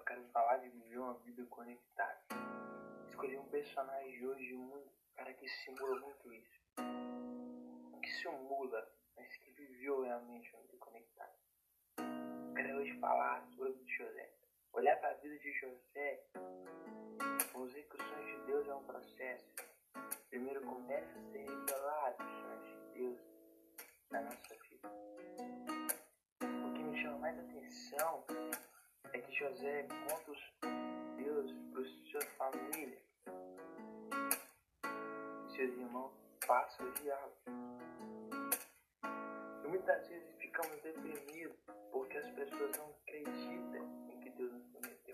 quero falar de viver uma vida conectada. Escolhi um personagem de hoje muito, cara, que simula muito isso. Não que simula, mas que viveu realmente uma vida conectada. Quero hoje falar sobre José. Olhar para a vida de José, vamos ver que os sonhos de Deus é um processo. Primeiro começa a ser revelado os sonhos de Deus na nossa vida. O que me chama mais atenção é que José conta os Deus para sua família. Seus irmãos passam o diabo. E muitas vezes ficamos deprimidos porque as pessoas não acreditam em que Deus nos prometeu.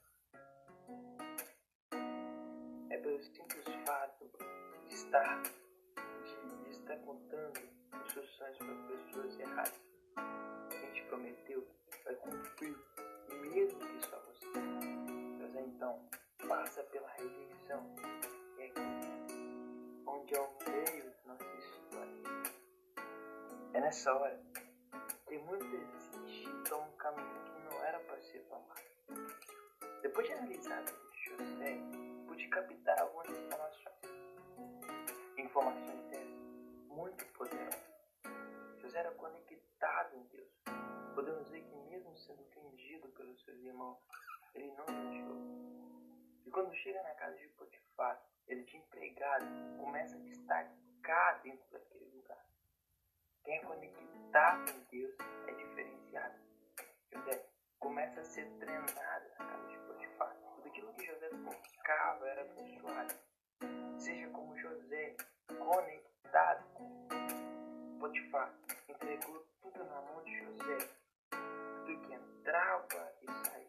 É pelo simples fato de estar contando os seus sonhos para pessoas erradas. Quem te prometeu vai cumprir, mesmo que só você. José então passa pela rejeição. E é aqui onde é o meio da nossa história. É nessa hora que muitos desistem e tomam um caminho que não era para ser tomado. Depois de analisar a vida de José, pude captar algumas informações. Informações dessas muito poderosas. José era conectado em Deus. Podemos ver que mesmo sendo ofendido pelos seus irmãos, ele não deixou. E quando chega na casa de Potifar, ele de empregado, começa a destacar dentro daquele lugar. Quem é conectado em Deus é diferenciado. José começa a ser treinado na casa de Potifar. Tudo aquilo que José tocava era abençoado. Seja como José, conectado. Potifar entregou tudo na mão de José. Tudo que entrava e saía.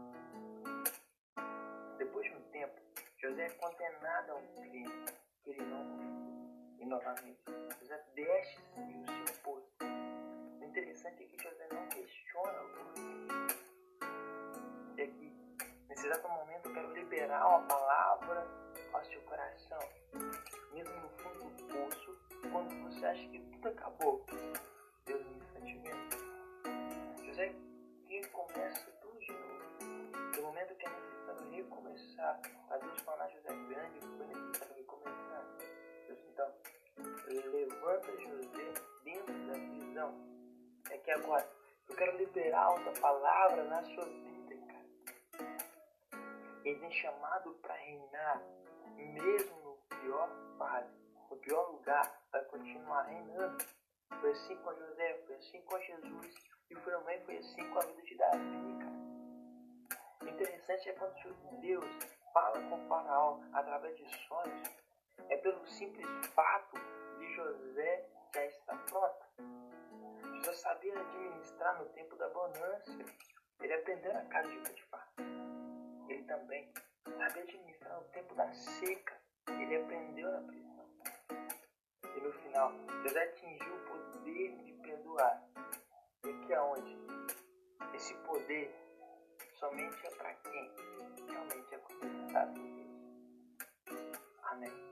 Depois de um tempo, José é condenado a um crime que ele não cometeu. E novamente, José deixa o seu posto. O interessante é que José não questiona o porquê. E aqui, nesse exato momento, eu quero liberar uma palavra ao seu coração. Mesmo no fundo do poço, quando você acha que tudo acabou, Deus ainda está te vendo. José recomeça tudo de novo. No momento que é necessário recomeçar, a Deus falar José grande, foi necessário recomeçar. Deus então levanta José dentro da prisão. É que agora eu quero liberar outra palavra na sua vida, cara. Ele tem chamado para reinar, mesmo no pior fase, no pior lugar, vai continuar reinando. Foi assim com José, foi assim com Jesus, e também foi assim com a vida de Davi, cara. O interessante é quando Deus fala com o faraó através de sonhos, é pelo simples fato de José já estar pronto. José sabia administrar no tempo da bonança. Ele aprendeu na casa de Potifar. Ele também sabia administrar no tempo da seca. Ele aprendeu na prisão. E no final, José atingiu o poder de perdoar. E aqui é onde esse poder somente é para quem realmente é conectado com Deus. Amém.